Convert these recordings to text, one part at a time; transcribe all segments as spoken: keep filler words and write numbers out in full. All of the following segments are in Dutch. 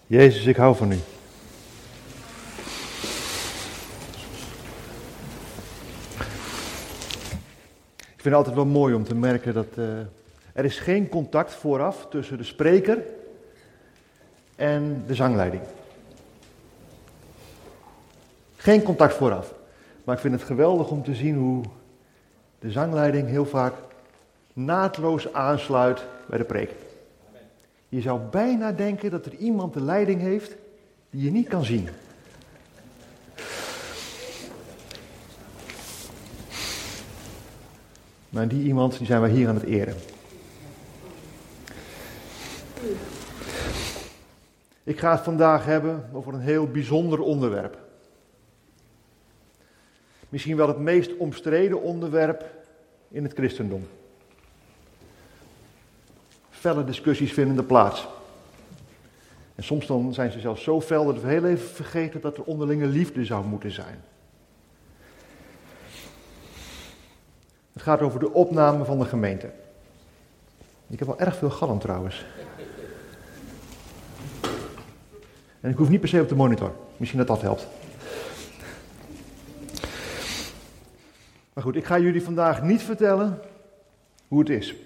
Jezus, ik hou van u. Ik vind het altijd wel mooi om te merken dat uh, er is geen contact vooraf tussen de spreker en de zangleiding. Geen contact vooraf. Maar ik vind het geweldig om te zien hoe de zangleiding heel vaak naadloos aansluit bij de preek. Je zou bijna denken dat er iemand de leiding heeft die je niet kan zien. Maar die iemand die zijn wij hier aan het eren. Ik ga het vandaag hebben over een heel bijzonder onderwerp. Misschien wel het meest omstreden onderwerp in het christendom. Felle discussies vinden er plaats. En soms dan zijn ze zelfs zo fel dat we heel even vergeten dat er onderlinge liefde zou moeten zijn. Het gaat over de opname van de gemeente. Ik heb wel erg veel galm trouwens. En ik hoef niet per se op de monitor. Misschien dat dat helpt. Maar goed, ik ga jullie vandaag niet vertellen hoe het is.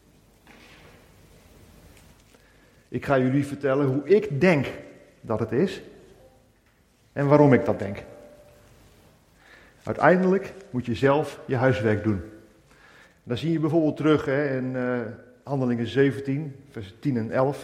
Ik ga jullie vertellen hoe ik denk dat het is en waarom ik dat denk. Uiteindelijk moet je zelf je huiswerk doen. Dan zie je bijvoorbeeld terug hè, in uh, Handelingen zeventien, vers tien en elf.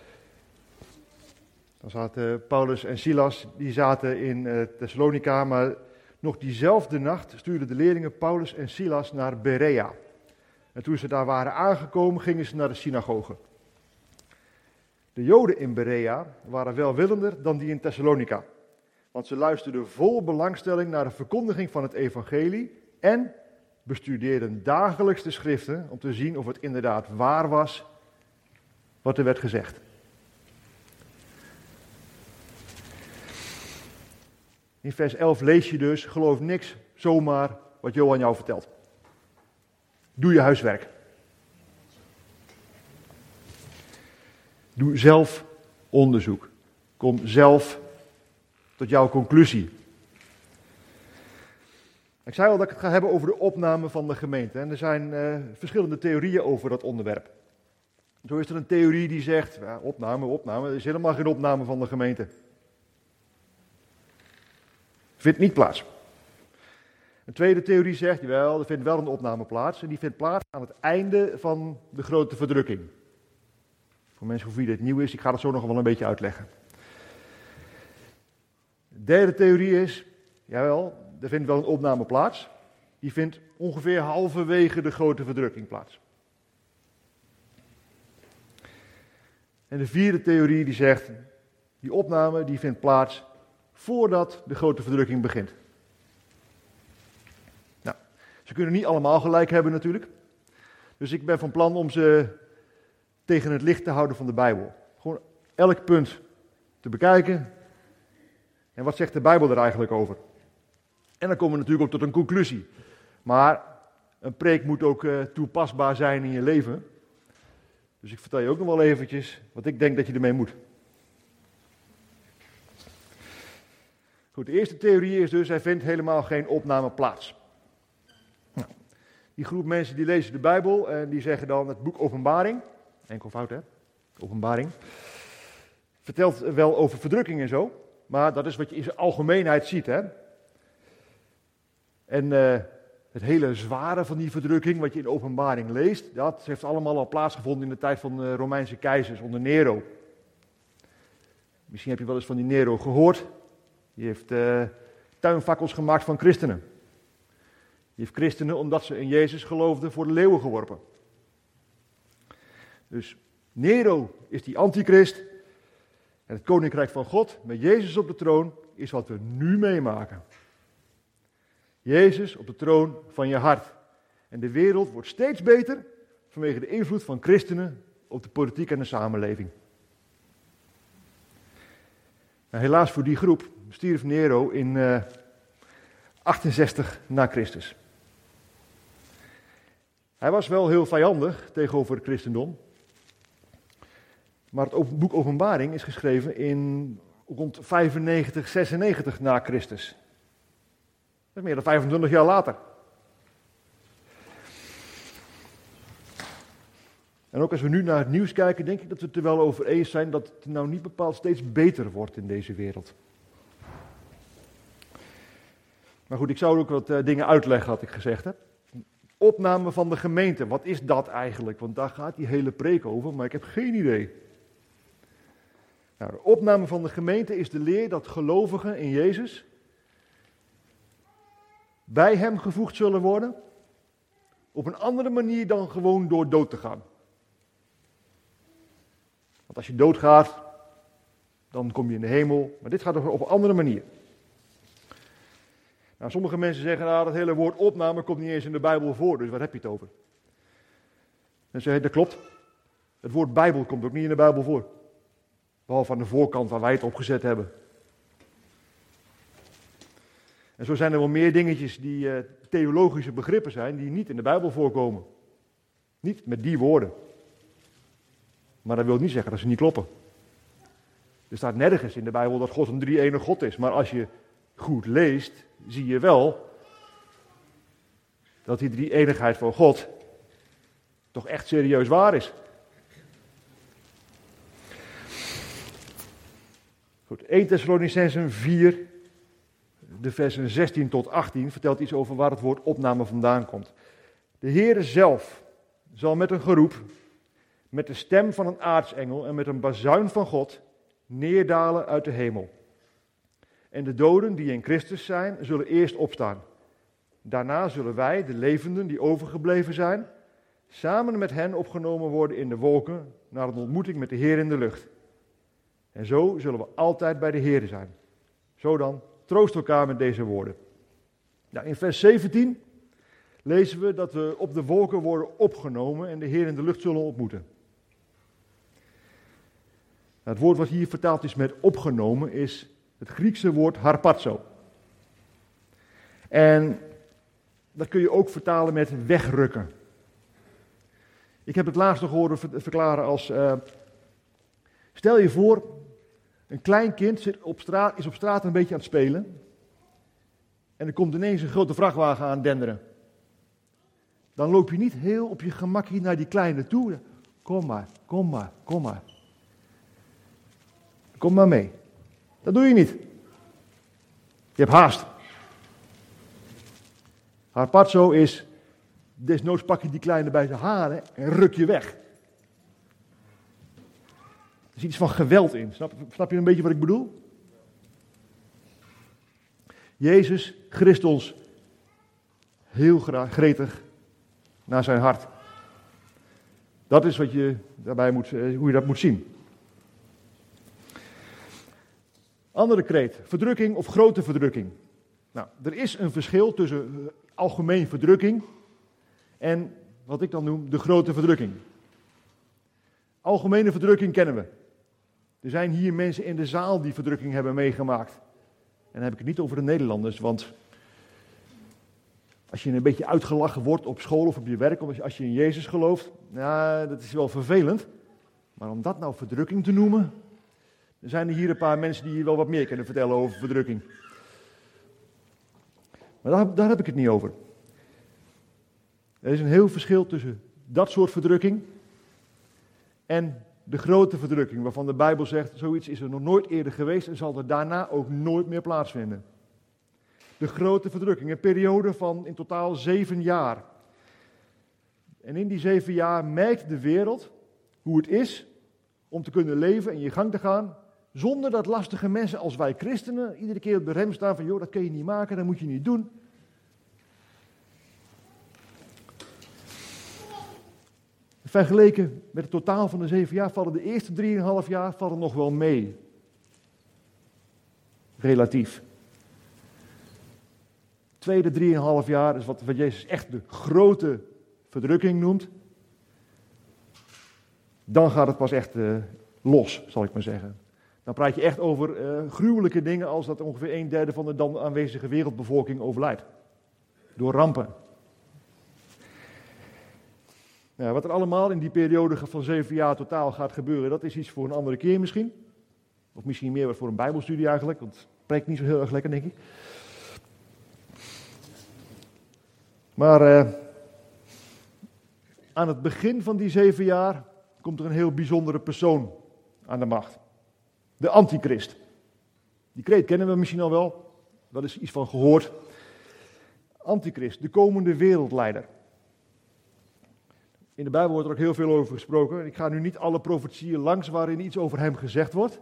Dan zaten Paulus en Silas, die zaten in uh, Thessalonica, maar nog diezelfde nacht stuurden de leerlingen Paulus en Silas naar Berea. En toen ze daar waren aangekomen, gingen ze naar de synagoge. De Joden in Berea waren welwillender dan die in Thessalonica. Want ze luisterden vol belangstelling naar de verkondiging van het evangelie en bestudeerden dagelijks de schriften om te zien of het inderdaad waar was wat er werd gezegd. In vers elf lees je dus, geloof niks zomaar wat Johan jou vertelt. Doe je huiswerk. Doe zelf onderzoek. Kom zelf tot jouw conclusie. Ik zei al dat ik het ga hebben over de opname van de gemeente. En er zijn uh, verschillende theorieën over dat onderwerp. Zo is er een theorie die zegt, ja, opname, opname, er is helemaal geen opname van de gemeente. Vindt niet plaats. Een tweede theorie zegt, jawel, er vindt wel een opname plaats. En die vindt plaats aan het einde van de grote verdrukking. Voor mensen voor wie dit nieuw is, ik ga dat zo nog wel een beetje uitleggen. De derde theorie is, jawel, er vindt wel een opname plaats. Die vindt ongeveer halverwege de grote verdrukking plaats. En de vierde theorie die zegt, die opname die vindt plaats voordat de grote verdrukking begint. Nou, ze kunnen niet allemaal gelijk hebben natuurlijk. Dus ik ben van plan om ze tegen het licht te houden van de Bijbel. Gewoon elk punt te bekijken. En wat zegt de Bijbel er eigenlijk over? En dan komen we natuurlijk ook tot een conclusie. Maar een preek moet ook uh, toepasbaar zijn in je leven. Dus ik vertel je ook nog wel eventjes wat ik denk dat je ermee moet. Goed, de eerste theorie is dus, hij vindt helemaal geen opname plaats. Nou, die groep mensen die lezen de Bijbel en die zeggen dan het boek Openbaring, enkel fout hè, Openbaring, vertelt wel over verdrukking en zo, maar dat is wat je in zijn algemeenheid ziet hè. En uh, het hele zware van die verdrukking, wat je in de Openbaring leest, dat heeft allemaal al plaatsgevonden in de tijd van de Romeinse keizers onder Nero. Misschien heb je wel eens van die Nero gehoord. Die heeft uh, tuinfakkels gemaakt van christenen. Die heeft christenen, omdat ze in Jezus geloofden, voor de leeuwen geworpen. Dus Nero is die antichrist. En het koninkrijk van God, met Jezus op de troon, is wat we nu meemaken. Jezus op de troon van je hart. En de wereld wordt steeds beter vanwege de invloed van christenen op de politiek en de samenleving. Nou, helaas voor die groep stierf Nero in uh, achtenzestig na Christus. Hij was wel heel vijandig tegenover het christendom. Maar het boek Openbaring is geschreven in rond vijfennegentig, zesennegentig na Christus. Dat is meer dan vijfentwintig jaar later. En ook als we nu naar het nieuws kijken, denk ik dat we het er wel over eens zijn dat het nou niet bepaald steeds beter wordt in deze wereld. Maar goed, ik zou ook wat uh, dingen uitleggen, had ik gezegd. Hè? Opname van de gemeente, wat is dat eigenlijk? Want daar gaat die hele preek over, maar ik heb geen idee. Nou, de opname van de gemeente is de leer dat gelovigen in Jezus bij hem gevoegd zullen worden, op een andere manier dan gewoon door dood te gaan. Want als je doodgaat, dan kom je in de hemel, maar dit gaat op een andere manier. Nou, sommige mensen zeggen, nou, dat hele woord opname komt niet eens in de Bijbel voor, dus waar heb je het over? En zeggen, dat klopt. Het woord Bijbel komt ook niet in de Bijbel voor. Behalve aan de voorkant waar wij het opgezet hebben. En zo zijn er wel meer dingetjes die uh, theologische begrippen zijn, die niet in de Bijbel voorkomen. Niet met die woorden. Maar dat wil niet zeggen dat ze niet kloppen. Er staat nergens in de Bijbel dat God een drie-enige God is. Maar als je goed leest, zie je wel dat die drie-eenigheid van God toch echt serieus waar is. Goed, eerste Thessalonicenzen vier, de versen zestien tot achttien, vertelt iets over waar het woord opname vandaan komt. De Heere zelf zal met een geroep, met de stem van een aartsengel en met een bazuin van God neerdalen uit de hemel. En de doden die in Christus zijn, zullen eerst opstaan. Daarna zullen wij, de levenden die overgebleven zijn, samen met hen opgenomen worden in de wolken naar een ontmoeting met de Heer in de lucht. En zo zullen we altijd bij de Heer zijn. Zo dan, troost elkaar met deze woorden. Nou, in vers zeventien lezen we dat we op de wolken worden opgenomen en de Heer in de lucht zullen ontmoeten. Nou, het woord wat hier vertaald is met opgenomen is het Griekse woord harpazo. En dat kun je ook vertalen met wegrukken. Ik heb het laatst nog horen verklaren als, uh, stel je voor, een klein kind zit op straat, is op straat een beetje aan het spelen en er komt ineens een grote vrachtwagen aan denderen. Dan loop je niet heel op je gemakje naar die kleine toe. Kom maar, kom maar, kom maar. Kom maar mee. Dat doe je niet. Je hebt haast. Harpazo is, desnoods pak je die kleine bij zijn haren en ruk je weg. Er zit iets van geweld in. Snap, snap je een beetje wat ik bedoel? Jezus grist ons heel graag, gretig naar zijn hart. Dat is wat je daarbij moet, hoe je dat moet zien. Andere kreet, verdrukking of grote verdrukking. Nou, er is een verschil tussen algemeen verdrukking en wat ik dan noem de grote verdrukking. Algemene verdrukking kennen we. Er zijn hier mensen in de zaal die verdrukking hebben meegemaakt. En dan heb ik het niet over de Nederlanders, want als je een beetje uitgelachen wordt op school of op je werk, of als je in Jezus gelooft, nou, dat is wel vervelend. Maar om dat nou verdrukking te noemen, er zijn er hier een paar mensen die hier wel wat meer kunnen vertellen over verdrukking. Maar daar, daar heb ik het niet over. Er is een heel verschil tussen dat soort verdrukking en de grote verdrukking, waarvan de Bijbel zegt, zoiets is er nog nooit eerder geweest en zal er daarna ook nooit meer plaatsvinden. De grote verdrukking, een periode van in totaal zeven jaar. En in die zeven jaar merkt de wereld hoe het is om te kunnen leven en je gang te gaan, zonder dat lastige mensen als wij christenen iedere keer op de rem staan van, joh, dat kun je niet maken, dat moet je niet doen. Vergeleken met het totaal van de zeven jaar vallen de eerste drieënhalf jaar vallen nog wel mee. Relatief. Tweede drieënhalf jaar is wat, wat Jezus echt de grote verdrukking noemt. Dan gaat het pas echt uh, los, zal ik maar zeggen. Dan praat je echt over uh, gruwelijke dingen als dat ongeveer een derde van de dan aanwezige wereldbevolking overlijdt. Door rampen. Ja, wat er allemaal in die periode van zeven jaar totaal gaat gebeuren, dat is iets voor een andere keer misschien. Of misschien meer wat voor een bijbelstudie eigenlijk, want het spreekt niet zo heel erg lekker, denk ik. Maar uh, aan het begin van die zeven jaar komt er een heel bijzondere persoon aan de macht. De antichrist. Die kreet kennen we misschien al wel, daar is iets van gehoord. Antichrist, de komende wereldleider. In de Bijbel wordt er ook heel veel over gesproken. Ik ga nu niet alle profetieën langs waarin iets over hem gezegd wordt.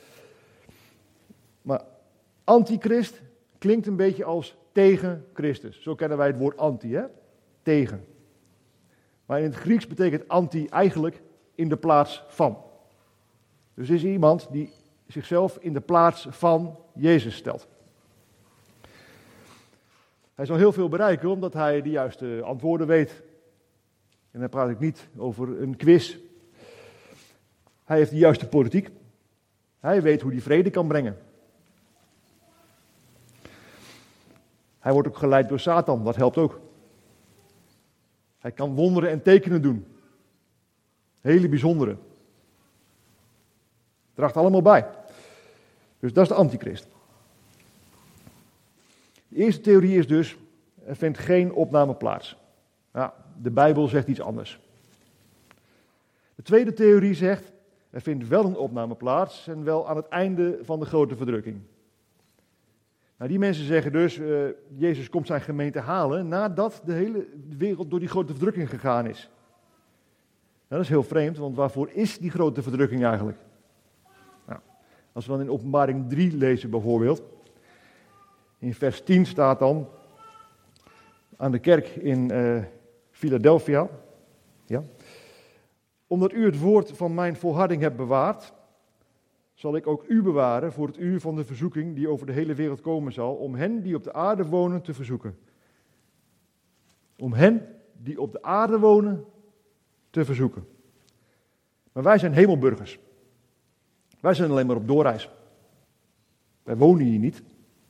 Maar antichrist klinkt een beetje als tegen Christus. Zo kennen wij het woord anti, hè? Tegen. Maar in het Grieks betekent anti eigenlijk in de plaats van. Dus is iemand die zichzelf in de plaats van Jezus stelt. Hij zal heel veel bereiken omdat hij de juiste antwoorden weet. En dan praat ik niet over een quiz. Hij heeft de juiste politiek. Hij weet hoe hij vrede kan brengen. Hij wordt ook geleid door Satan, dat helpt ook. Hij kan wonderen en tekenen doen. Hele bijzondere. Draagt allemaal bij. Dus dat is de antichrist. De eerste theorie is dus, er vindt geen opname plaats. Ja, de Bijbel zegt iets anders. De tweede theorie zegt, er vindt wel een opname plaats en wel aan het einde van de grote verdrukking. Nou, die mensen zeggen dus, uh, Jezus komt zijn gemeente halen nadat de hele wereld door die grote verdrukking gegaan is. Nou, dat is heel vreemd, want waarvoor is die grote verdrukking eigenlijk? Nou, als we dan in Openbaring drie lezen bijvoorbeeld, in vers tien staat dan, aan de kerk in uh, Philadelphia, ja, omdat u het woord van mijn volharding hebt bewaard, zal ik ook u bewaren voor het uur van de verzoeking die over de hele wereld komen zal, om hen die op de aarde wonen te verzoeken. Om hen die op de aarde wonen te verzoeken. Maar wij zijn hemelburgers. Wij zijn alleen maar op doorreis. Wij wonen hier niet.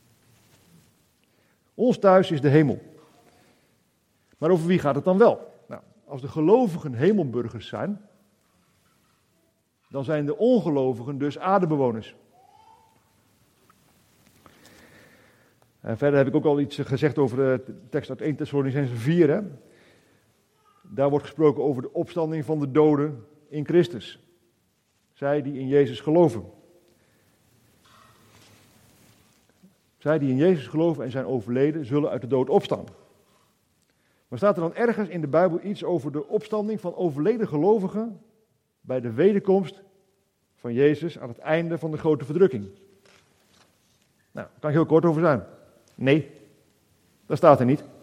Ons thuis is de hemel. Maar over wie gaat het dan wel? Nou, als de gelovigen hemelburgers zijn, dan zijn de ongelovigen dus aardebewoners. En verder heb ik ook al iets gezegd over de tekst uit eerste Thessalonicenzen vier. Hè? Daar wordt gesproken over de opstanding van de doden in Christus. Zij die in Jezus geloven. Zij die in Jezus geloven en zijn overleden, zullen uit de dood opstaan. Maar staat er dan ergens in de Bijbel iets over de opstanding van overleden gelovigen bij de wederkomst van Jezus aan het einde van de grote verdrukking? Nou, daar kan ik heel kort over zijn. Nee, dat staat er niet.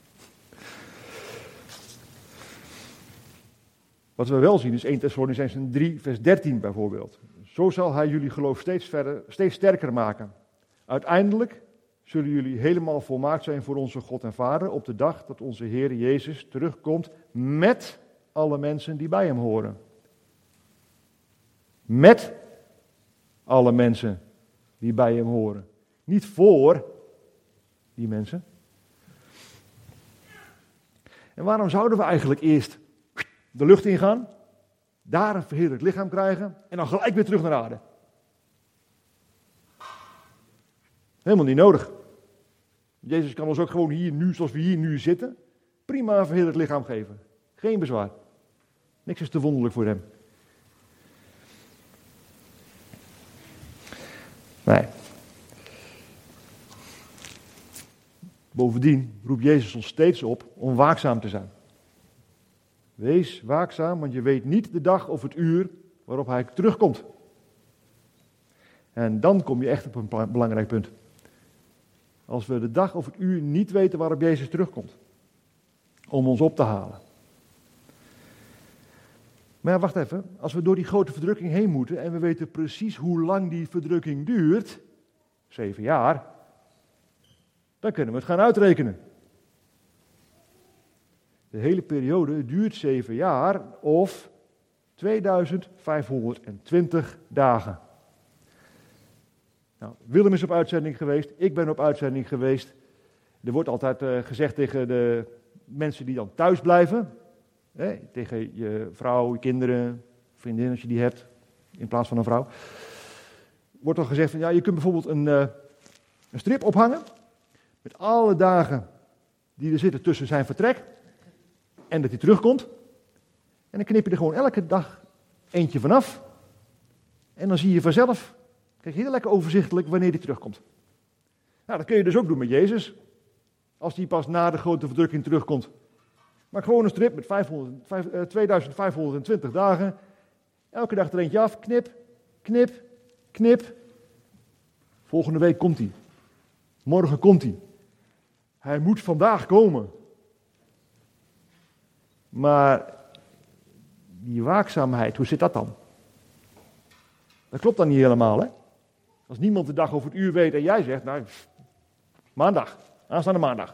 Wat we wel zien is eerste Thessalonicenzen drie, vers dertien bijvoorbeeld. Zo zal hij jullie geloof steeds, verder, steeds sterker maken. Uiteindelijk zullen jullie helemaal volmaakt zijn voor onze God en Vader op de dag dat onze Heer Jezus terugkomt met alle mensen die bij hem horen. Met alle mensen die bij hem horen. Niet voor die mensen. En waarom zouden we eigenlijk eerst de lucht ingaan, daar een verheerlijk lichaam krijgen en dan gelijk weer terug naar aarde? Helemaal niet nodig. Jezus kan ons ook gewoon hier nu, zoals we hier nu zitten, prima een verheerlijk lichaam geven. Geen bezwaar. Niks is te wonderlijk voor hem. Nee. Bovendien roept Jezus ons steeds op om waakzaam te zijn. Wees waakzaam, want je weet niet de dag of het uur waarop hij terugkomt. En dan kom je echt op een belangrijk punt. Als we de dag of het uur niet weten waarop Jezus terugkomt. Om ons op te halen. Maar ja, wacht even. Als we door die grote verdrukking heen moeten en we weten precies hoe lang die verdrukking duurt, zeven jaar, dan kunnen we het gaan uitrekenen. De hele periode duurt zeven jaar of tweeduizend vijfhonderdtwintig dagen. Nou, Willem is op uitzending geweest, ik ben op uitzending geweest. Er wordt altijd uh, gezegd tegen de mensen die dan thuis blijven, Hè, tegen je vrouw, je kinderen, vriendin als je die hebt, in plaats van een vrouw. Wordt dan gezegd van, ja, je kunt bijvoorbeeld een, uh, een strip ophangen met alle dagen die er zitten tussen zijn vertrek en dat hij terugkomt. En dan knip je er gewoon elke dag eentje vanaf. En dan zie je vanzelf, kijk heel lekker overzichtelijk wanneer hij terugkomt. Nou, dat kun je dus ook doen met Jezus. Als hij pas na de grote verdrukking terugkomt. Maak gewoon een strip met vijfhonderd, vijf, uh, tweeduizend vijfhonderdtwintig dagen. Elke dag er eentje af, knip, knip, knip. Volgende week komt hij. Morgen komt hij. Hij moet vandaag komen. Maar die waakzaamheid, hoe zit dat dan? Dat klopt dan niet helemaal, hè? Als niemand de dag of het uur weet en jij zegt, nou, maandag, aanstaande maandag.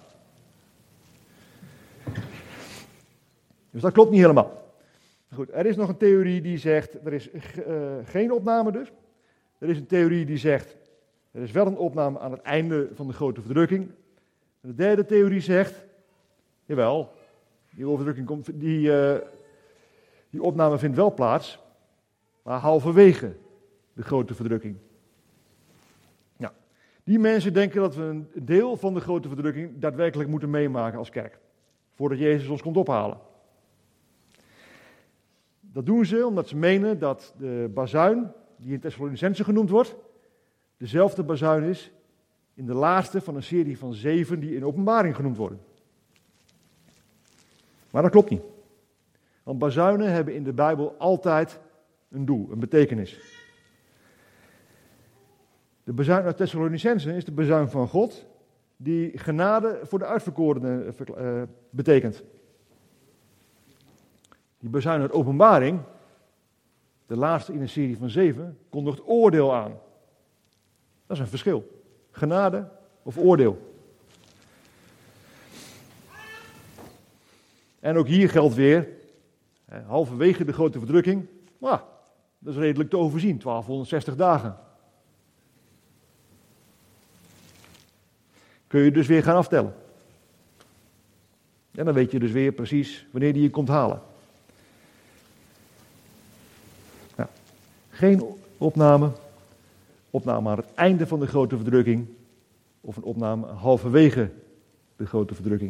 Dus dat klopt niet helemaal. Goed, er is nog een theorie die zegt, er is uh, geen opname dus. Er is een theorie die zegt, er is wel een opname aan het einde van de grote verdrukking. De derde theorie zegt, jawel, die overdrukking komt, die, uh, die opname vindt wel plaats, maar halverwege de grote verdrukking. Nou, die mensen denken dat we een deel van de grote verdrukking daadwerkelijk moeten meemaken als kerk, voordat Jezus ons komt ophalen. Dat doen ze omdat ze menen dat de bazuin, die in Thessalonicense genoemd wordt, dezelfde bazuin is in de laatste van een serie van zeven die in Openbaring genoemd worden. Maar dat klopt niet. Want bazuinen hebben in de Bijbel altijd een doel, een betekenis. De bazuin uit Thessalonicense is de bazuin van God, die genade voor de uitverkorenen uh, betekent. Die bazuin uit Openbaring, de laatste in een serie van zeven, kondigt oordeel aan. Dat is een verschil. Genade of oordeel. En ook hier geldt weer, halverwege de grote verdrukking, nou, dat is redelijk te overzien, twaalfhonderdzestig dagen. Kun je dus weer gaan aftellen. En dan weet je dus weer precies wanneer die je komt halen. Nou, geen opname, opname aan het einde van de grote verdrukking, of een opname halverwege de grote verdrukking.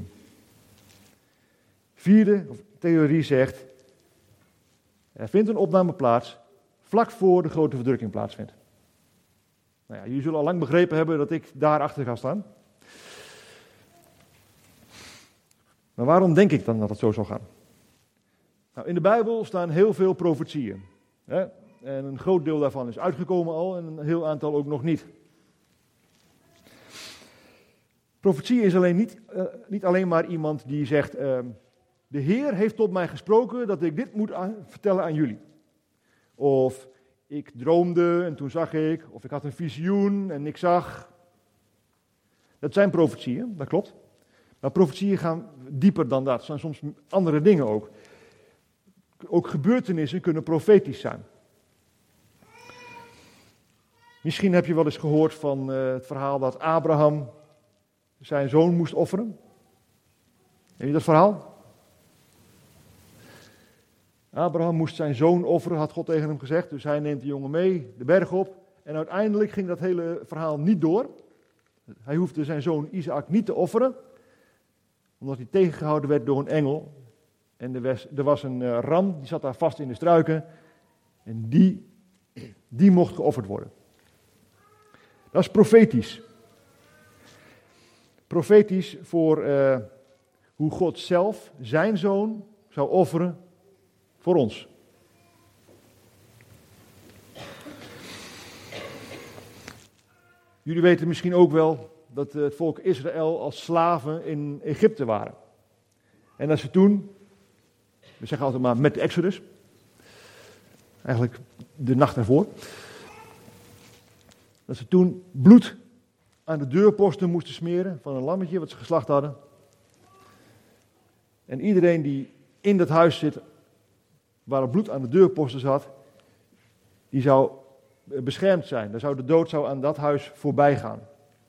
Vierde theorie zegt, er vindt een opname plaats vlak voor de grote verdrukking plaatsvindt. Nou ja, jullie zullen al lang begrepen hebben dat ik daarachter ga staan. Maar waarom denk ik dan dat het zo zal gaan? Nou, in de Bijbel staan heel veel profetieën. Hè? En een groot deel daarvan is uitgekomen al en een heel aantal ook nog niet. Profetie is alleen niet, uh, niet alleen maar iemand die zegt, uh, de Heer heeft tot mij gesproken dat ik dit moet aan, vertellen aan jullie. Of ik droomde en toen zag ik, of ik had een visioen en ik zag. Dat zijn profetieën, dat klopt. Maar profetieën gaan dieper dan dat. Er zijn soms andere dingen ook. Ook gebeurtenissen kunnen profetisch zijn. Misschien heb je wel eens gehoord van uh, het verhaal dat Abraham zijn zoon moest offeren. Ken je dat verhaal? Abraham moest zijn zoon offeren, had God tegen hem gezegd. Dus hij neemt de jongen mee, de berg op. En uiteindelijk ging dat hele verhaal niet door. Hij hoefde zijn zoon Isaac niet te offeren, omdat hij tegengehouden werd door een engel. En er was, er was een uh, ram, die zat daar vast in de struiken. En die, die mocht geofferd worden. Dat is profetisch. Profetisch voor uh, hoe God zelf zijn zoon zou offeren voor ons. Jullie weten misschien ook wel dat het volk Israël als slaven in Egypte waren. En dat ze toen, we zeggen altijd maar met de Exodus, eigenlijk de nacht ervoor, dat ze toen bloed aan de deurposten moesten smeren van een lammetje wat ze geslacht hadden. En iedereen die in dat huis zit, waar het bloed aan de deurposten zat, die zou beschermd zijn. Daar zou de dood zou aan dat huis voorbij gaan.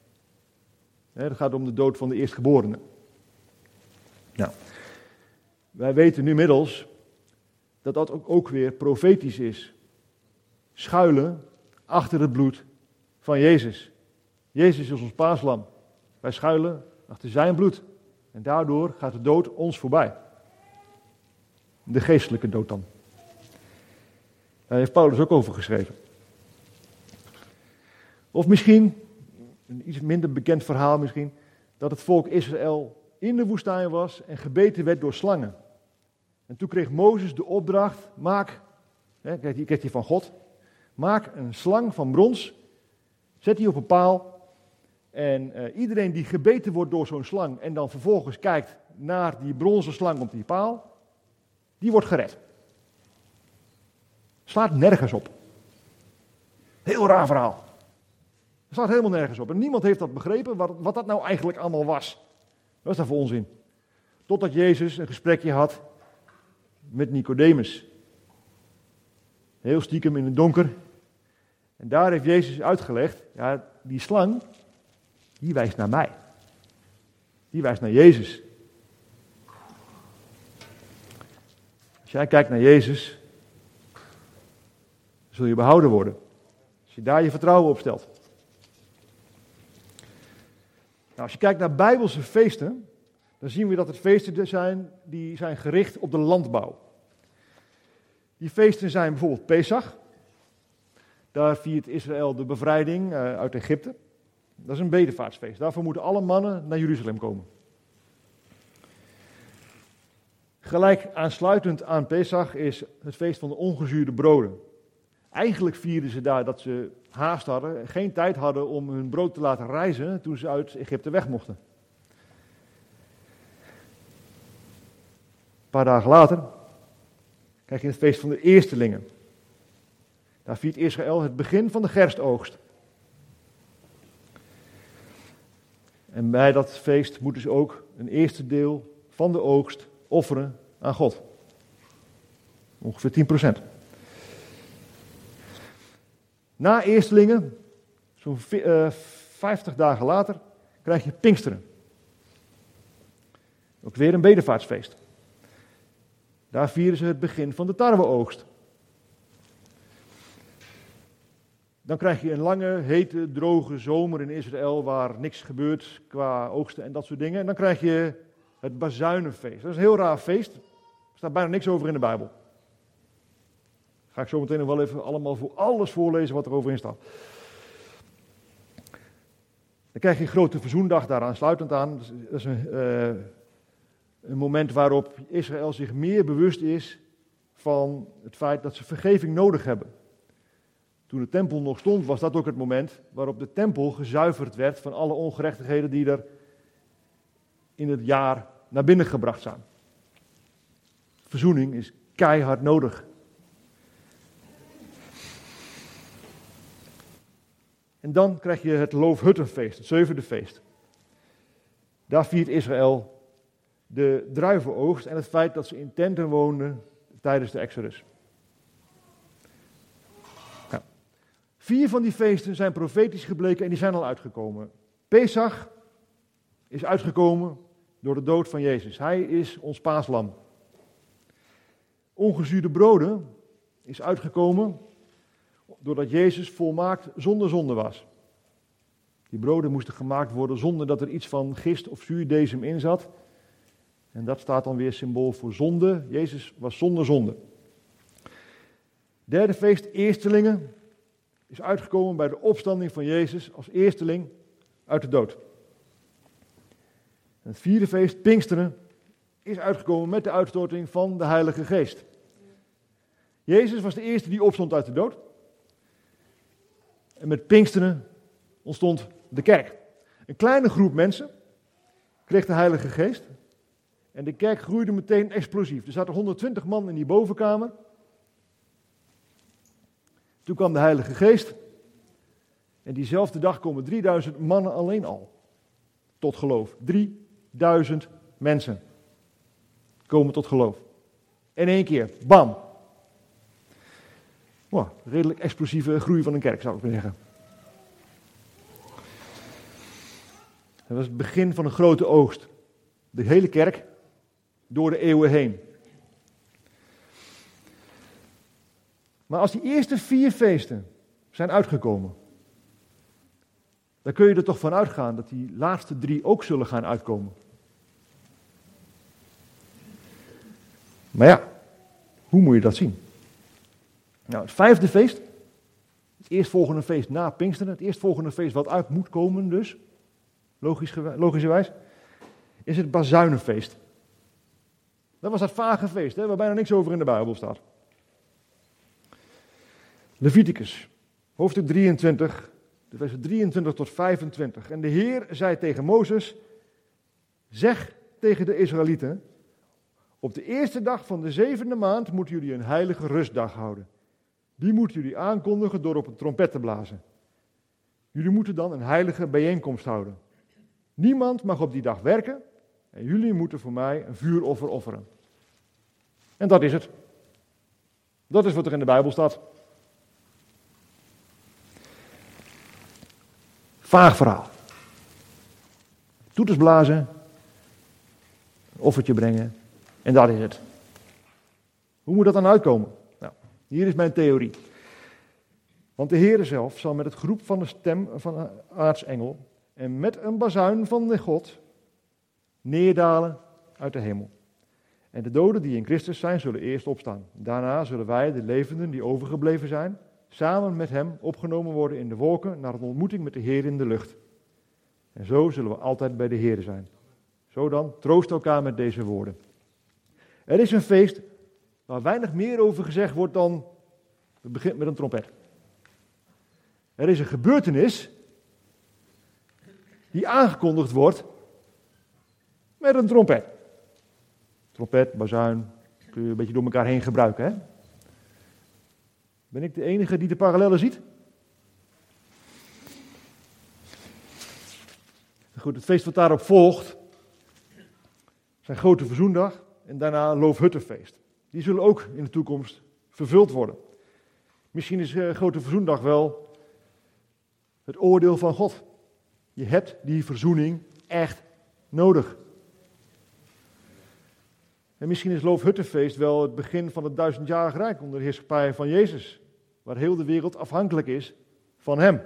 Het gaat om de dood van de eerstgeborene. Nou, Wij weten nu inmiddels dat dat ook, ook weer profetisch is. Schuilen achter het bloed van Jezus. Jezus is ons paaslam. Wij schuilen achter zijn bloed. En daardoor gaat de dood ons voorbij. De geestelijke dood dan. Daar heeft Paulus ook over geschreven. Of misschien, een iets minder bekend verhaal misschien, dat het volk Israël in de woestijn was en gebeten werd door slangen. En toen kreeg Mozes de opdracht, maak, hè, kreeg hij van God, maak een slang van brons, zet die op een paal en uh, iedereen die gebeten wordt door zo'n slang en dan vervolgens kijkt naar die bronzen slang op die paal, die wordt gered. Slaat nergens op. Heel raar verhaal. Er staat helemaal nergens op. En niemand heeft dat begrepen, wat, wat dat nou eigenlijk allemaal was. Wat is dat voor onzin? Totdat Jezus een gesprekje had met Nicodemus. Heel stiekem in het donker. En daar heeft Jezus uitgelegd, ja, die slang, die wijst naar mij. Die wijst naar Jezus. Als jij kijkt naar Jezus, zul je behouden worden. Als je daar je vertrouwen op stelt. Nou, als je kijkt naar Bijbelse feesten, dan zien we dat het feesten zijn die zijn gericht op de landbouw. Die feesten zijn bijvoorbeeld Pesach. Daar viert Israël de bevrijding uit Egypte. Dat is een bedevaartsfeest. Daarvoor moeten alle mannen naar Jeruzalem komen. Gelijk aansluitend aan Pesach is het feest van de ongezuurde broden. Eigenlijk vierden ze daar dat ze haast hadden, geen tijd hadden om hun brood te laten rijzen toen ze uit Egypte weg mochten. Een paar dagen later krijg je het feest van de eerstelingen. Daar viert Israël het begin van de gerstoogst. En bij dat feest moeten ze ook een eerste deel van de oogst offeren aan God. Ongeveer tien procent. Na eerstelingen, zo'n vijftig dagen later, krijg je Pinksteren. Ook weer een bedevaartsfeest. Daar vieren ze het begin van de tarweoogst. Dan krijg je een lange, hete, droge zomer in Israël waar niks gebeurt qua oogsten en dat soort dingen. En dan krijg je het bazuinenfeest. Dat is een heel raar feest. Er staat bijna niks over in de Bijbel. Ga ik zo meteen nog wel even allemaal voor alles voorlezen wat er over in staat. Dan krijg je een grote verzoendag daar aansluitend aan. Dat is een, uh, een moment waarop Israël zich meer bewust is van het feit dat ze vergeving nodig hebben. Toen de tempel nog stond, was dat ook het moment waarop de tempel gezuiverd werd van alle ongerechtigheden die er in het jaar naar binnen gebracht zijn. Verzoening is keihard nodig. En dan krijg je het Loofhuttenfeest, het zevende feest. Daar viert Israël de druivenoogst en het feit dat ze in tenten woonden tijdens de Exodus. Nou, vier van die feesten zijn profetisch gebleken en die zijn al uitgekomen. Pesach is uitgekomen door de dood van Jezus. Hij is ons paaslam. Ongezuurde broden is uitgekomen doordat Jezus volmaakt zonder zonde was. Die broden moesten gemaakt worden zonder dat er iets van gist of zuurdesem in zat. En dat staat dan weer symbool voor zonde. Jezus was zonder zonde. Derde feest, eerstelingen, is uitgekomen bij de opstanding van Jezus als eersteling uit de dood. En het vierde feest, Pinksteren, is uitgekomen met de uitstorting van de Heilige Geest. Jezus was de eerste die opstond uit de dood. En met Pinksteren ontstond de kerk. Een kleine groep mensen kreeg de Heilige Geest. En de kerk groeide meteen explosief. Er zaten honderdtwintig man in die bovenkamer. Toen kwam de Heilige Geest. En diezelfde dag komen drieduizend mannen alleen al tot geloof. drieduizend mensen komen tot geloof. In één keer, bam. Wow, redelijk explosieve groei van een kerk, zou ik willen zeggen. Dat was het begin van een grote oogst. De hele kerk door de eeuwen heen. Maar als die eerste vier feesten zijn uitgekomen, dan kun je er toch van uitgaan dat die laatste drie ook zullen gaan uitkomen. Maar ja, hoe moet je dat zien? Nou, het vijfde feest, het eerstvolgende feest na Pinksteren, het eerstvolgende feest wat uit moet komen dus, logisch, logischerwijs, is het Bazuinenfeest. Dat was dat vage feest, hè, waar bijna niks over in de Bijbel staat. Leviticus, hoofdstuk drieëntwintig, de versen drieëntwintig tot vijfentwintig. En de Heer zei tegen Mozes, zeg tegen de Israëlieten, op de eerste dag van de zevende maand moeten jullie een heilige rustdag houden. Die moeten jullie aankondigen door op een trompet te blazen. Jullie moeten dan een heilige bijeenkomst houden. Niemand mag op die dag werken en jullie moeten voor mij een vuuroffer offeren. En dat is het. Dat is wat er in de Bijbel staat. Vaag verhaal. Toeters blazen, een offertje brengen en dat is het. Hoe moet dat dan uitkomen? Nou, hier is mijn theorie. Want de Heere zelf zal met het geroep van de stem van een aartsengel en met een bazuin van de God neerdalen uit de hemel. En de doden die in Christus zijn, zullen eerst opstaan. Daarna zullen wij, de levenden die overgebleven zijn, samen met hem opgenomen worden in de wolken naar een ontmoeting met de Heer in de lucht. En zo zullen we altijd bij de Heer zijn. Zo dan, troost elkaar met deze woorden. Er is een feest waar weinig meer over gezegd wordt dan, het begint met een trompet. Er is een gebeurtenis die aangekondigd wordt met een trompet. Trompet, bazuin, kun je een beetje door elkaar heen gebruiken, hè? Ben ik de enige die de parallellen ziet? Goed, het feest wat daarop volgt, zijn Grote Verzoendag en daarna Loofhuttenfeest. Die zullen ook in de toekomst vervuld worden. Misschien is uh, Grote Verzoendag wel het oordeel van God. Je hebt die verzoening echt nodig. En misschien is Loofhuttenfeest wel het begin van het duizendjarig rijk onder de heerschappij van Jezus, waar heel de wereld afhankelijk is van hem.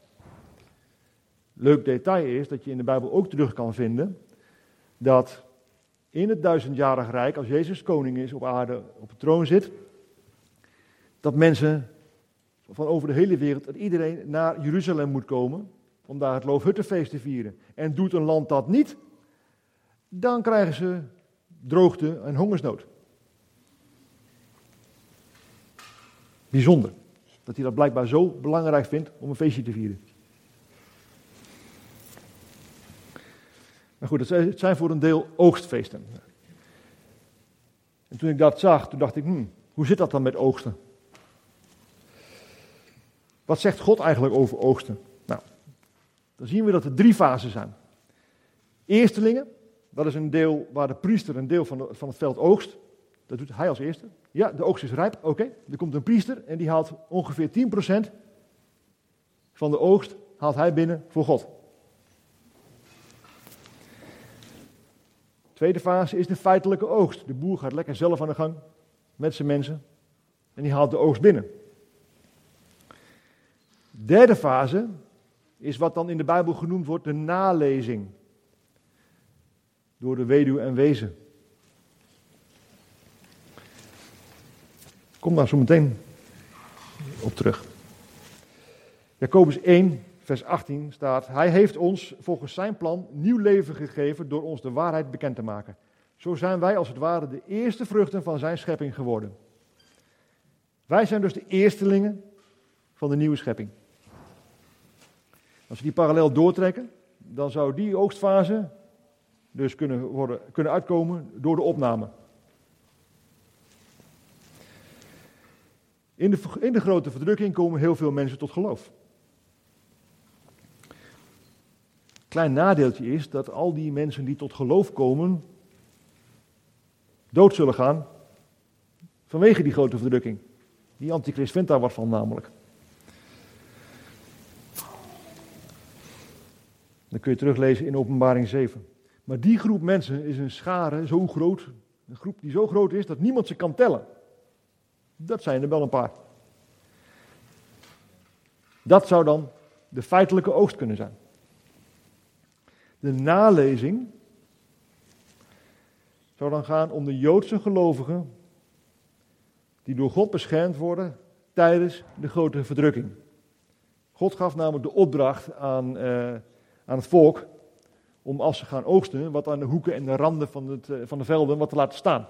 Leuk detail is dat je in de Bijbel ook terug kan vinden dat in het duizendjarig rijk, als Jezus koning is op aarde, op de troon zit, dat mensen van over de hele wereld, dat iedereen naar Jeruzalem moet komen om daar het Loofhuttenfeest te vieren. En doet een land dat niet, dan krijgen ze droogte en hongersnood. Bijzonder, dat hij dat blijkbaar zo belangrijk vindt om een feestje te vieren. Maar goed, het zijn voor een deel oogstfeesten. En toen ik dat zag, toen dacht ik, hmm, hoe zit dat dan met oogsten? Wat zegt God eigenlijk over oogsten? Nou, dan zien we dat er drie fasen zijn. Eerstelingen, dat is een deel waar de priester een deel van, de, van het veld oogst. Dat doet hij als eerste. Ja, de oogst is rijp, oké. Okay. Er komt een priester en die haalt ongeveer tien procent van de oogst haalt hij binnen voor God. Tweede fase is de feitelijke oogst. De boer gaat lekker zelf aan de gang met zijn mensen en die haalt de oogst binnen. Derde fase is wat dan in de Bijbel genoemd wordt de nalezing. Door de weduwe en wezen. Kom daar zo meteen op terug. Jacobus één, vers achttien staat: Hij heeft ons volgens zijn plan nieuw leven gegeven door ons de waarheid bekend te maken. Zo zijn wij als het ware de eerste vruchten van zijn schepping geworden. Wij zijn dus de eerstelingen van de nieuwe schepping. Als we die parallel doortrekken, dan zou die oogstfase dus kunnen, worden, kunnen uitkomen door de opname. In de, in de grote verdrukking komen heel veel mensen tot geloof. Klein nadeeltje is dat al die mensen die tot geloof komen, dood zullen gaan vanwege die grote verdrukking. Die antichrist vindt daar wat van namelijk. Dat kun je teruglezen in Openbaring zeven. Maar die groep mensen is een schare zo groot, een groep die zo groot is dat niemand ze kan tellen. Dat zijn er wel een paar. Dat zou dan de feitelijke oogst kunnen zijn. De nalezing zou dan gaan om de Joodse gelovigen die door God beschermd worden tijdens de grote verdrukking. God gaf namelijk de opdracht aan, uh, aan het volk om als ze gaan oogsten, wat aan de hoeken en de randen van, het, uh, van de velden, wat te laten staan.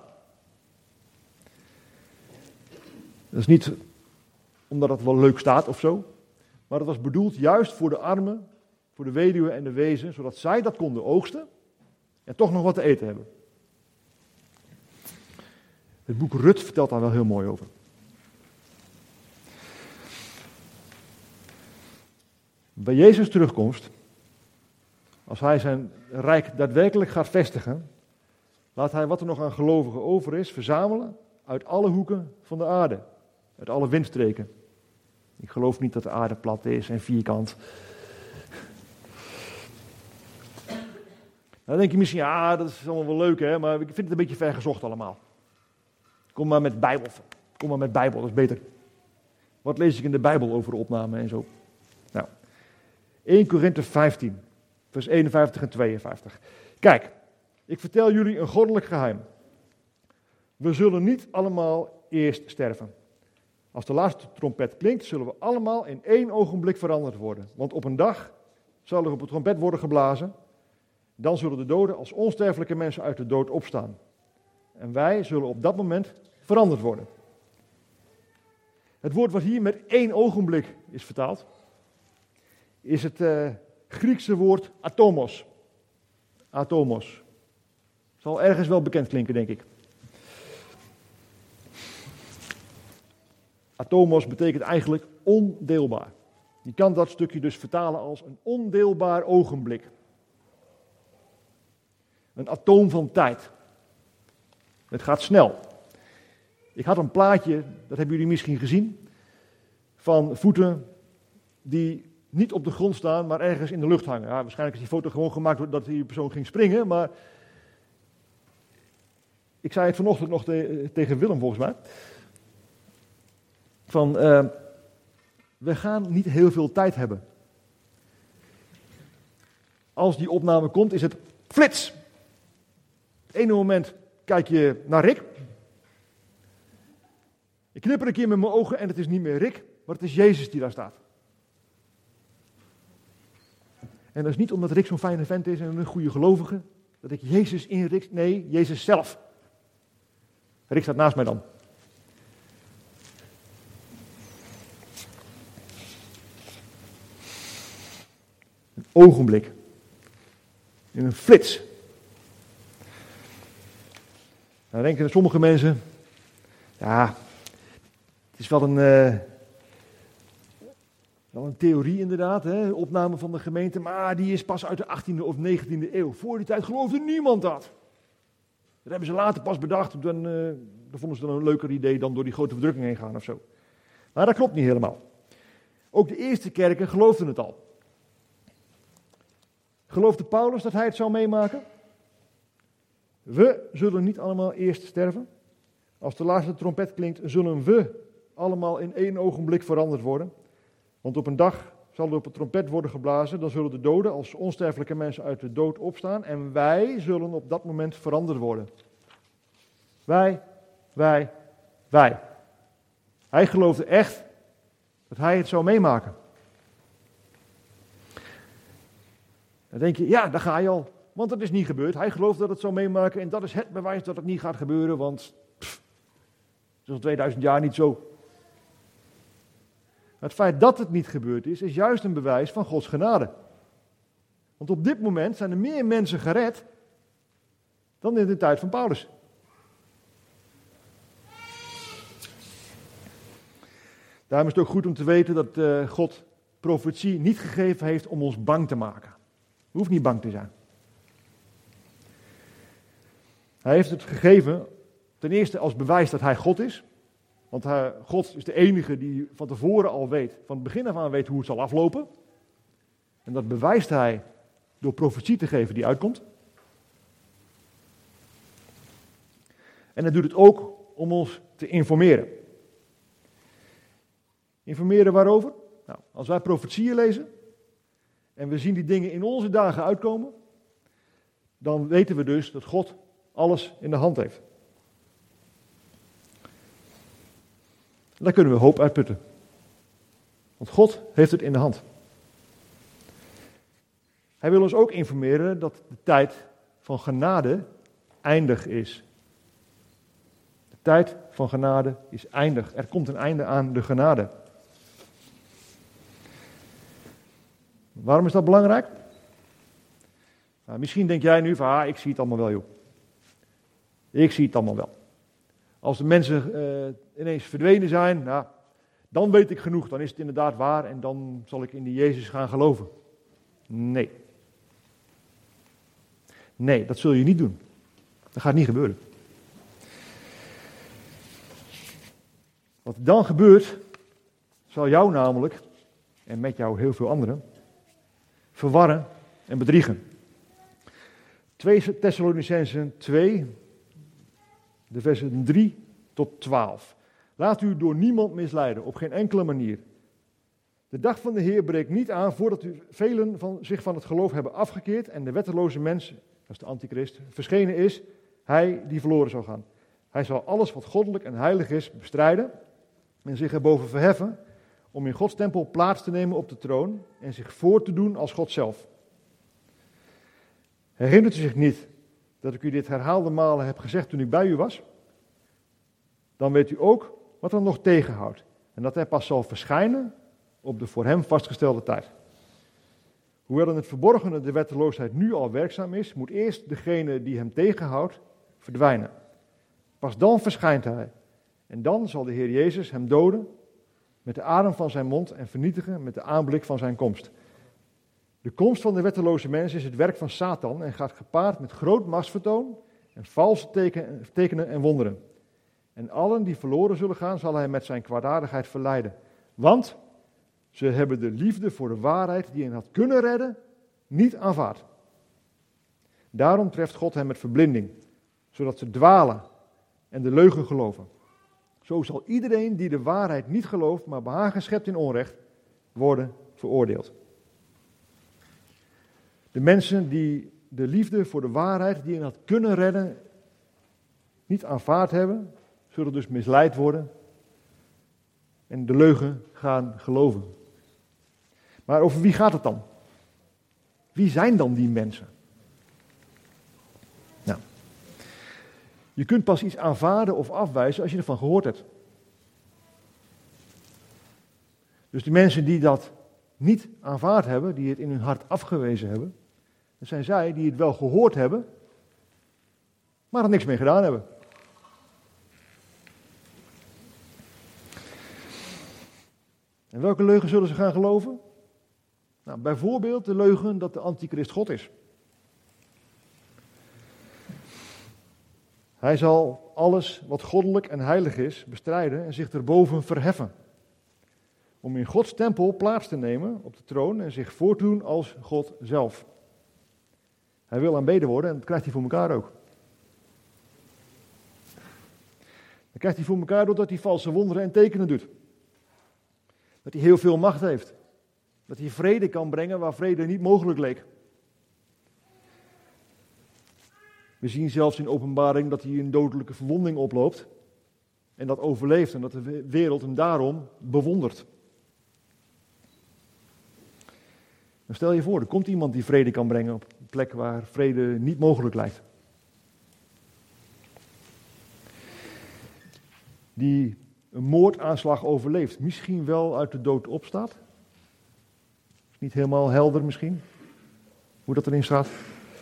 Dat is niet omdat het wel leuk staat of zo, maar het was bedoeld juist voor de armen, voor de weduwen en de wezen, zodat zij dat konden oogsten en toch nog wat te eten hebben. Het boek Rut vertelt daar wel heel mooi over. Bij Jezus' terugkomst, als hij zijn rijk daadwerkelijk gaat vestigen, laat hij wat er nog aan gelovigen over is verzamelen uit alle hoeken van de aarde, uit alle windstreken. Ik geloof niet dat de aarde plat is en vierkant. Dan denk je misschien, ja, dat is allemaal wel leuk, hè, maar ik vind het een beetje ver gezocht allemaal. Kom maar met Bijbel. Kom maar met Bijbel, dat is beter. Wat lees ik in de Bijbel over de opname en zo? Nou, eerste Korinthe vijftien, vers eenenvijftig en tweeënvijftig. Kijk, ik vertel jullie een goddelijk geheim. We zullen niet allemaal eerst sterven. Als de laatste trompet klinkt, zullen we allemaal in één ogenblik veranderd worden. Want op een dag zal er op de trompet worden geblazen. Dan zullen de doden als onsterfelijke mensen uit de dood opstaan. En wij zullen op dat moment veranderd worden. Het woord wat hier met één ogenblik is vertaald, is het uh, Griekse woord atomos. Atomos. Zal ergens wel bekend klinken, denk ik. Atomos betekent eigenlijk ondeelbaar. Je kan dat stukje dus vertalen als een ondeelbaar ogenblik. Een atoom van tijd. Het gaat snel. Ik had een plaatje, dat hebben jullie misschien gezien, van voeten die niet op de grond staan, maar ergens in de lucht hangen. Ja, waarschijnlijk is die foto gewoon gemaakt doordat die persoon ging springen, maar ik zei het vanochtend nog te, tegen Willem volgens mij. Van, uh, we gaan niet heel veel tijd hebben. Als die opname komt, is het flits. Het ene moment kijk je naar Rick. Ik knipper een keer met mijn ogen en het is niet meer Rick, maar het is Jezus die daar staat. En dat is niet omdat Rick zo'n fijne vent is en een goede gelovige, dat ik Jezus in Rick, nee, Jezus zelf. Rick staat naast mij dan. Een ogenblik. In een flits. Dan denken sommige mensen, ja, het is wel een, uh, wel een theorie inderdaad, hè, opname van de gemeente, maar die is pas uit de achttiende of negentiende eeuw. Voor die tijd geloofde niemand dat. Dat hebben ze later pas bedacht, dan, uh, dan vonden ze dan een leuker idee dan door die grote verdrukking heen gaan of zo. Maar dat klopt niet helemaal. Ook de eerste kerken geloofden het al. Geloofde Paulus dat hij het zou meemaken? We zullen niet allemaal eerst sterven. Als de laatste trompet klinkt, zullen we allemaal in één ogenblik veranderd worden. Want op een dag zal er op een trompet worden geblazen, dan zullen de doden als onsterfelijke mensen uit de dood opstaan en wij zullen op dat moment veranderd worden. Wij, wij, wij. Hij geloofde echt dat hij het zou meemaken. Dan denk je, ja, daar ga je al. Want dat is niet gebeurd. Hij gelooft dat het zou meemaken en dat is het bewijs dat het niet gaat gebeuren, want pff, het is al tweeduizend jaar niet zo. Het feit dat het niet gebeurd is, is juist een bewijs van Gods genade. Want op dit moment zijn er meer mensen gered dan in de tijd van Paulus. Daarom is het ook goed om te weten dat uh, God profetie niet gegeven heeft om ons bang te maken. Je hoeft niet bang te zijn. Hij heeft het gegeven ten eerste als bewijs dat hij God is. Want hij, God is de enige die van tevoren al weet, van het begin af aan weet hoe het zal aflopen. En dat bewijst hij door profetie te geven die uitkomt. En hij doet het ook om ons te informeren. Informeren waarover? Nou, als wij profetieën lezen en we zien die dingen in onze dagen uitkomen, dan weten we dus dat God alles in de hand heeft. Daar kunnen we hoop uitputten. Want God heeft het in de hand. Hij wil ons ook informeren dat de tijd van genade eindig is. De tijd van genade is eindig. Er komt een einde aan de genade. Waarom is dat belangrijk? Nou, misschien denk jij nu van, ah, ik zie het allemaal wel, joh. Ik zie het allemaal wel. Als de mensen uh, ineens verdwenen zijn, nou, dan weet ik genoeg. Dan is het inderdaad waar en dan zal ik in die Jezus gaan geloven. Nee. Nee, dat zul je niet doen. Dat gaat niet gebeuren. Wat er dan gebeurt, zal jou namelijk, en met jou heel veel anderen, verwarren en bedriegen. twee Thessalonicenzen twee, de versen drie tot twaalf. Laat u door niemand misleiden, op geen enkele manier. De dag van de Heer breekt niet aan voordat u velen van, zich van het geloof hebben afgekeerd en de wetteloze mens, dat is de antichrist, verschenen is, hij die verloren zal gaan. Hij zal alles wat goddelijk en heilig is bestrijden en zich erboven verheffen, om in Gods tempel plaats te nemen op de troon en zich voor te doen als God zelf. Herinnert u zich niet dat ik u dit herhaalde malen heb gezegd toen ik bij u was? Dan weet u ook wat er nog tegenhoudt en dat hij pas zal verschijnen op de voor hem vastgestelde tijd. Hoewel in het verborgene de wetteloosheid nu al werkzaam is, moet eerst degene die hem tegenhoudt verdwijnen. Pas dan verschijnt hij en dan zal de Heer Jezus hem doden met de adem van zijn mond en vernietigen met de aanblik van zijn komst. De komst van de wetteloze mens is het werk van Satan en gaat gepaard met groot machtsvertoon en valse teken, tekenen en wonderen. En allen die verloren zullen gaan, zal hij met zijn kwaadaardigheid verleiden. Want ze hebben de liefde voor de waarheid die hen had kunnen redden, niet aanvaard. Daarom treft God hen met verblinding, zodat ze dwalen en de leugen geloven. Zo zal iedereen die de waarheid niet gelooft, maar behagen schept in onrecht, worden veroordeeld. De mensen die de liefde voor de waarheid die hen had kunnen redden, niet aanvaard hebben, zullen dus misleid worden en de leugen gaan geloven. Maar over wie gaat het dan? Wie zijn dan die mensen? Nou, je kunt pas iets aanvaarden of afwijzen als je ervan gehoord hebt. Dus de mensen die dat niet aanvaard hebben, die het in hun hart afgewezen hebben, dat zijn zij die het wel gehoord hebben, maar er niks mee gedaan hebben. En welke leugen zullen ze gaan geloven? Nou, bijvoorbeeld de leugen dat de antichrist God is. Hij zal alles wat goddelijk en heilig is bestrijden en zich erboven verheffen. Om in Gods tempel plaats te nemen op de troon en zich voor te doen als God zelf. Hij wil aanbeden worden en dat krijgt hij voor elkaar ook. Dat krijgt hij voor elkaar doordat hij valse wonderen en tekenen doet. Dat hij heel veel macht heeft. Dat hij vrede kan brengen waar vrede niet mogelijk leek. We zien zelfs in Openbaring dat hij een dodelijke verwonding oploopt. En dat overleeft en dat de wereld hem daarom bewondert. Dan stel je voor, er komt iemand die vrede kan brengen op een plek waar vrede niet mogelijk lijkt. Die een moordaanslag overleeft, misschien wel uit de dood opstaat. Is niet helemaal helder misschien, hoe dat erin staat.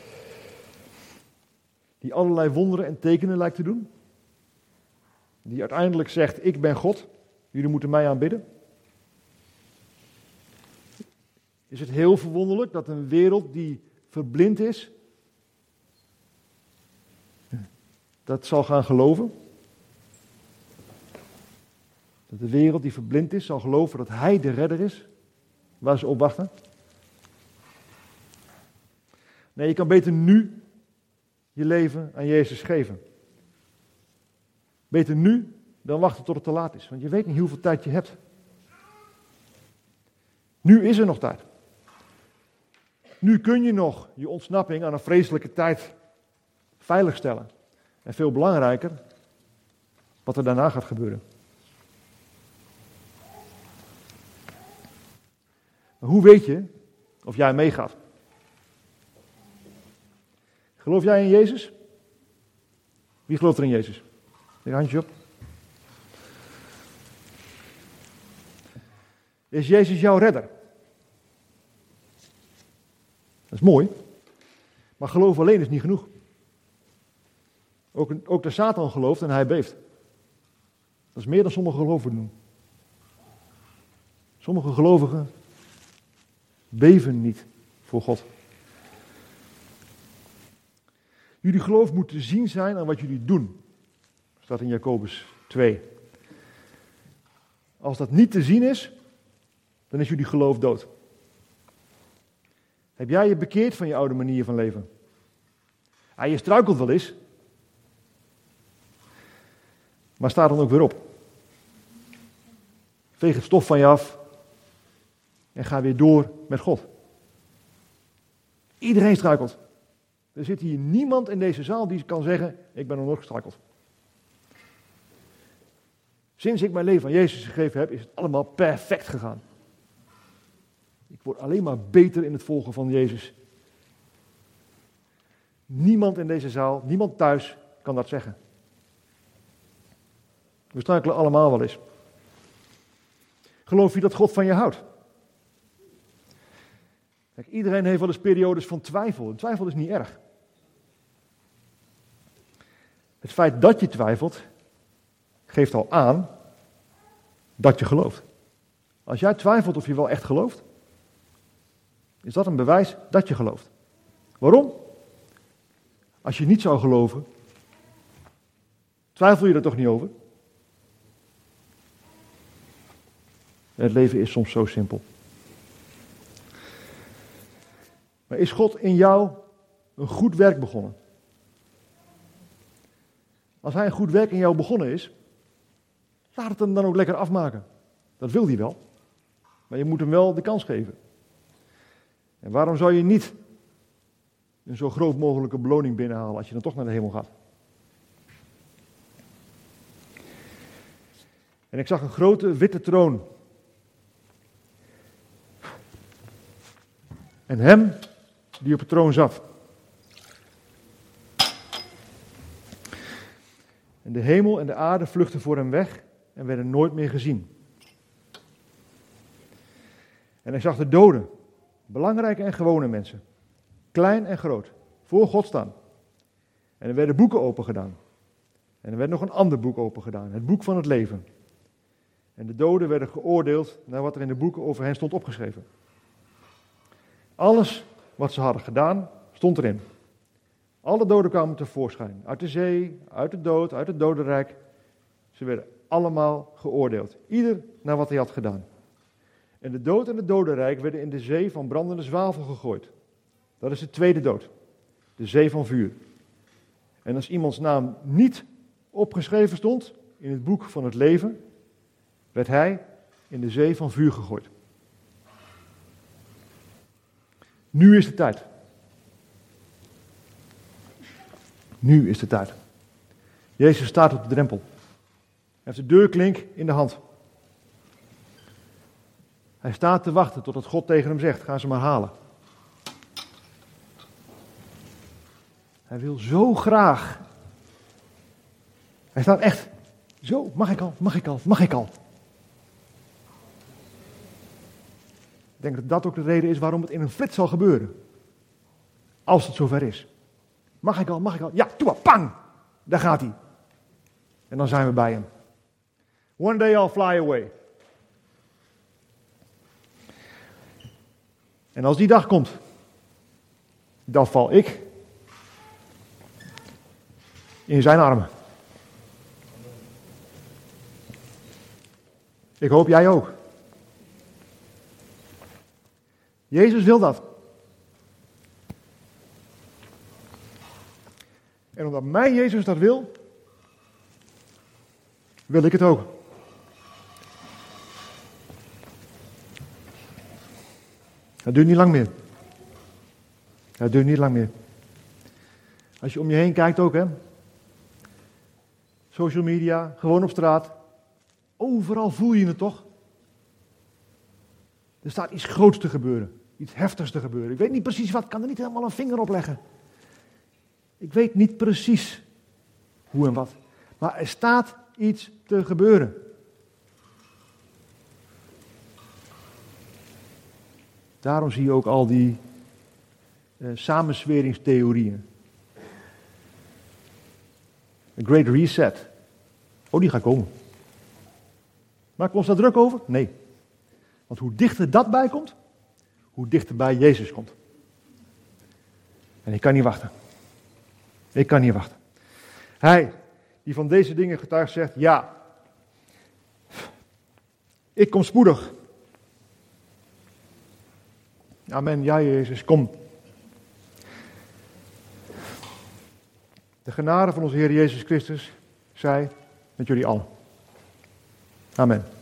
Die allerlei wonderen en tekenen lijkt te doen. Die uiteindelijk zegt, ik ben God, jullie moeten mij aanbidden. Is het heel verwonderlijk dat een wereld die verblind is, dat zal gaan geloven? Dat de wereld die verblind is, zal geloven dat hij de redder is, waar ze op wachten? Nee, je kan beter nu je leven aan Jezus geven. Beter nu dan wachten tot het te laat is, want je weet niet hoeveel tijd je hebt. Nu is er nog tijd. Nu kun je nog je ontsnapping aan een vreselijke tijd veiligstellen. En veel belangrijker, wat er daarna gaat gebeuren. Maar hoe weet je of jij meegaat? Geloof jij in Jezus? Wie gelooft er in Jezus? Leg een handje op. Is Jezus jouw redder? Dat is mooi. Maar geloof alleen is niet genoeg. Ook, ook de Satan gelooft en hij beeft. Dat is meer dan sommige gelovigen doen. Sommige gelovigen beven niet voor God. Jullie geloof moet te zien zijn aan wat jullie doen. Staat in Jacobus twee. Als dat niet te zien is, dan is jullie geloof dood. Heb jij je bekeerd van je oude manier van leven? Ja, je struikelt wel eens. Maar sta dan ook weer op. Veeg het stof van je af. En ga weer door met God. Iedereen struikelt. Er zit hier niemand in deze zaal die kan zeggen, ik ben nog nooit gestruikeld. Sinds ik mijn leven aan Jezus gegeven heb, is het allemaal perfect gegaan. Ik word alleen maar beter in het volgen van Jezus. Niemand in deze zaal, niemand thuis kan dat zeggen. We struikelen allemaal wel eens. Geloof je dat God van je houdt? Kijk, iedereen heeft wel eens periodes van twijfel. En twijfel is niet erg. Het feit dat je twijfelt, geeft al aan dat je gelooft. Als jij twijfelt of je wel echt gelooft, is dat een bewijs dat je gelooft. Waarom? Als je niet zou geloven, twijfel je er toch niet over? Het leven is soms zo simpel. Maar is God in jou een goed werk begonnen? Als hij een goed werk in jou begonnen is, laat het hem dan ook lekker afmaken. Dat wil hij wel. Maar je moet hem wel de kans geven. En waarom zou je niet een zo groot mogelijke beloning binnenhalen als je dan toch naar de hemel gaat? En ik zag een grote witte troon. En hem die op de troon zat. En de hemel en de aarde vluchtten voor hem weg en werden nooit meer gezien. En ik zag de doden, belangrijke en gewone mensen, klein en groot, voor God staan. En er werden boeken opengedaan. En er werd nog een ander boek opengedaan, het boek van het leven. En de doden werden geoordeeld naar wat er in de boeken over hen stond opgeschreven. Alles wat ze hadden gedaan, stond erin. Alle doden kwamen tevoorschijn. Uit de zee, uit de dood, uit het dodenrijk. Ze werden allemaal geoordeeld. Ieder naar wat hij had gedaan. En de dood en het dodenrijk werden in de zee van brandende zwavel gegooid. Dat is de tweede dood. De zee van vuur. En als iemands naam niet opgeschreven stond in het boek van het leven, werd hij in de zee van vuur gegooid. Nu is de tijd. Nu is de tijd. Jezus staat op de drempel. Hij heeft de deurklink in de hand. Hij staat te wachten totdat God tegen hem zegt, ga ze maar halen. Hij wil zo graag. Hij staat echt, zo, mag ik al, mag ik al, mag ik al. Ik denk dat dat ook de reden is waarom het in een flits zal gebeuren. Als het zover is. Mag ik al, mag ik al? Ja, doe maar, pang! Daar gaat hij. En dan zijn we bij hem. One day I'll fly away. En als die dag komt, dan val ik in zijn armen. Ik hoop jij ook. Jezus wil dat. En omdat mijn Jezus dat wil, wil ik het ook. Het duurt niet lang meer. Het duurt niet lang meer. Als je om je heen kijkt ook, hè. Social media, gewoon op straat. Overal voel je het toch? Er staat iets groots te gebeuren. Iets heftigs te gebeuren. Ik weet niet precies wat, ik kan er niet helemaal een vinger op leggen. Ik weet niet precies hoe en wat. Maar er staat iets te gebeuren. Daarom zie je ook al die uh, samenzweringstheorieën. Een Great Reset. Oh, die gaat komen. Maak ons daar druk over? Nee. Want hoe dichter dat bij komt, hoe dichter bij Jezus komt. En ik kan niet wachten. Ik kan niet wachten. Hij, die van deze dingen getuigt, zegt, ja, ik kom spoedig. Amen, ja Jezus, kom. De genade van onze Heer Jezus Christus, zij met jullie allen. Amen.